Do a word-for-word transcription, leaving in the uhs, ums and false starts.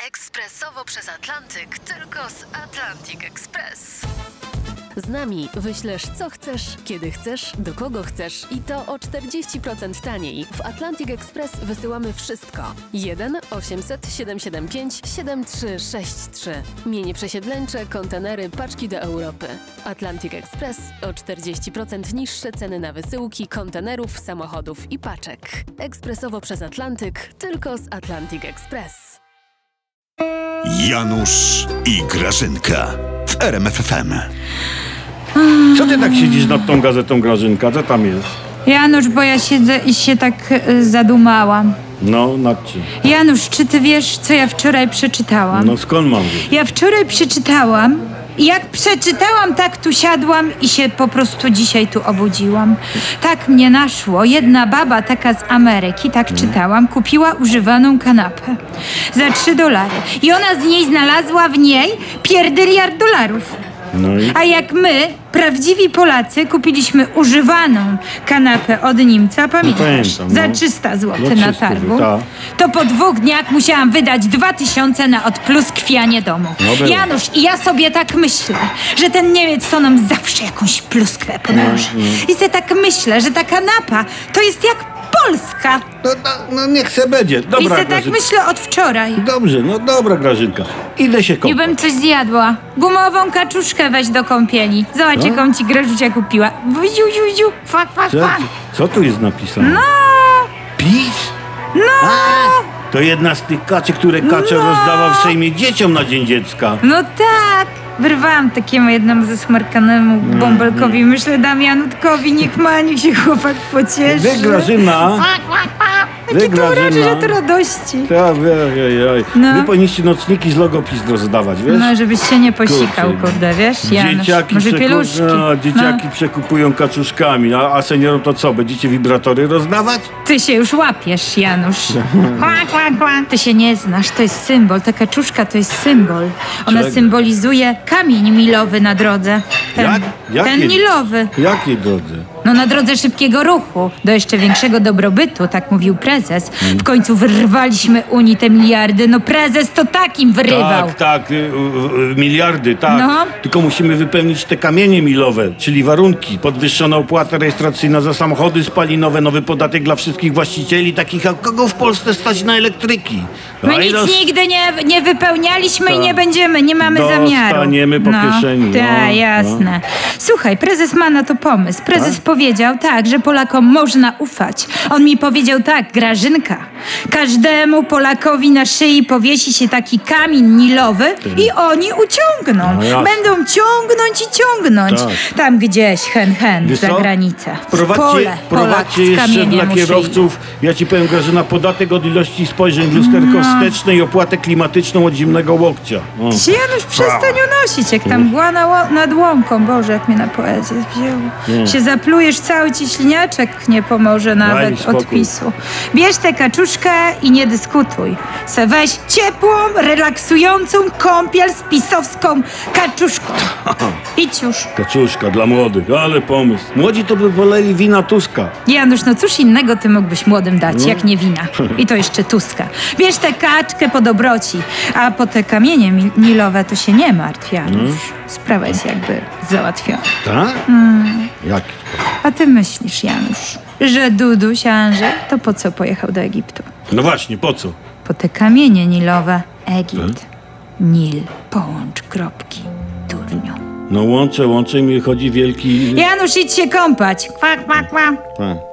Ekspresowo przez Atlantyk, tylko z Atlantic Express. Z nami wyślesz co chcesz, kiedy chcesz, do kogo chcesz i to o czterdzieści procent taniej. W Atlantic Express wysyłamy wszystko. jeden osiemset siedemset siedemdziesiąt pięć siedemdziesiąt trzy sześćdziesiąt trzy. Mienie przesiedleńcze, kontenery, paczki do Europy. Atlantic Express o czterdzieści procent niższe ceny na wysyłki, kontenerów, samochodów i paczek. Ekspresowo przez Atlantyk, tylko z Atlantic Express. Janusz i Grażynka w R M F F M. Co ty tak siedzisz nad tą gazetą, Grażynka? Co tam jest? Janusz, bo ja siedzę i się tak y, zadumałam. No, nad czym? Janusz, czy ty wiesz, co ja wczoraj przeczytałam? No skąd mam wiedzieć? Ja wczoraj przeczytałam i jak przeczytałam, tak tu siadłam i się po prostu dzisiaj tu obudziłam. Tak mnie naszło. Jedna baba, taka z Ameryki, tak czytałam, kupiła używaną kanapę za trzy dolary. I ona z niej znalazła w niej pierdyliard dolarów. No i? A jak my, prawdziwi Polacy, kupiliśmy używaną kanapę od Niemca, pamiętasz? pamiętam, no. Za trzysta złotych Za na trzysta, targu. tak. To po dwóch dniach musiałam wydać dwa tysiące na odpluskwianie domu. No było. Janusz, i ja sobie tak myślę, że ten Niemiec to nam zawsze jakąś pluskwę pomoże. No, I sobie tak myślę, że ta kanapa to jest jak Polska. No, no, no niech se będzie. I Dobra, sobie tak Grażynka. myślę od wczoraj. Dobrze, no dobra, Grażynka. Idę się I kąpać. bym coś zjadła. Gumową kaczuszkę weź do kąpieli. Zobacz, No. jaką ci Grażucia kupiła. Wziu, ziu, ziu, fak, fak, Co, fak. co tu jest napisane? No, PiS? no, A, to jedna z tych kaczy, które Kaczer No. rozdawał w Sejmie dzieciom na Dzień Dziecka. no tak. Wyrwałam takiemu jednemu zasmarkanemu bąbelkowi. Myślę, dam Janutkowi, niech ma, niech się chłopak pocieszy. Wy, Grażyna, Taki wy, to uroczy, Grażyna. że to radości. Tak, oj, oj, oj. No. Wy powinniście nocniki z logo PiS rozdawać, wiesz? No, żebyś się nie posikał, Kurczę. kurde, wiesz, Janusz? Dzieciaki, Może przeku- pieluszki. no, dzieciaki przekupują kaczuszkami, a, a seniorom to co? Będziecie wibratory rozdawać? Ty się już łapiesz, Janusz. Kłak, kłak, kłak. Ty się nie znasz, to jest symbol. Ta kaczuszka to jest symbol. Ona Czego? symbolizuje kamień milowy na drodze. Ten, Jak? Jakie? ten milowy. Jakiej drodze? No na drodze szybkiego ruchu, do jeszcze większego dobrobytu, tak mówił prezes. W końcu wyrwaliśmy Unii te miliardy. No prezes to takim wyrywał. Tak, tak, y, y, y, miliardy, tak. No. Tylko musimy wypełnić te kamienie milowe, czyli warunki. Podwyższona opłata rejestracyjna za samochody spalinowe, nowy podatek dla wszystkich właścicieli, takich jak kogo w Polsce stać na elektryki. My A nic ilość- nigdy nie, nie wypełnialiśmy i Tak. nie będziemy, nie mamy zamiaru. Dostaniemy po kieszeni, no, Tak, jasne. Słuchaj, prezes ma na to pomysł. Prezes Tak? powiedział tak, że Polakom można ufać. On mi powiedział tak, Grażynka, każdemu Polakowi na szyi powiesi się taki kamień nilowy i oni uciągną. No jasne. Będą ciągnąć i ciągnąć. Tak. Tam gdzieś, hen, hen, Wiesz za co? granicę. W Wprowadźcie, pole Polak wprowadźcie z jeszcze kamieniem dla u szyi. kierowców, ja ci powiem, Grażyna, podatek od ilości spojrzeń w lusterko No. wsteczne i opłatę klimatyczną od zimnego łokcia. O. Ty się, Janusz, przestań unosić, jak tam mgła na ło- nad łąką. Boże, jak mnie na poezję wzięło. Nie. Się zaplujesz, cały ci śliniaczek nie pomoże Daj nawet spokój. odpisu. Bierz tę kaczuszkę i nie dyskutuj. Se weź ciepłą, relaksującą kąpiel z pisowską kaczuszką. Idź już. Kaczuszka dla młodych, ale pomysł. Młodzi to by woleli wina Tuska. Janusz, no cóż innego ty mógłbyś młodym dać, No. jak nie wina. I to jeszcze Tuska. Bierz tę kaczkę po dobroci, a po te kamienie mil- milowe to się nie martw, Janusz. Mm. Sprawa jest jakby załatwiona. Tak? Jaki? A ty myślisz, Janusz, że Duduś Andrzej to po co pojechał do Egiptu? No właśnie, po co? Po te kamienie nilowe. Egipt. Nil. Połącz kropki. Durniu. No łączę, łączę i mi chodzi wielki... Janusz, idź się kąpać. Kwak, kwak, kwak. A.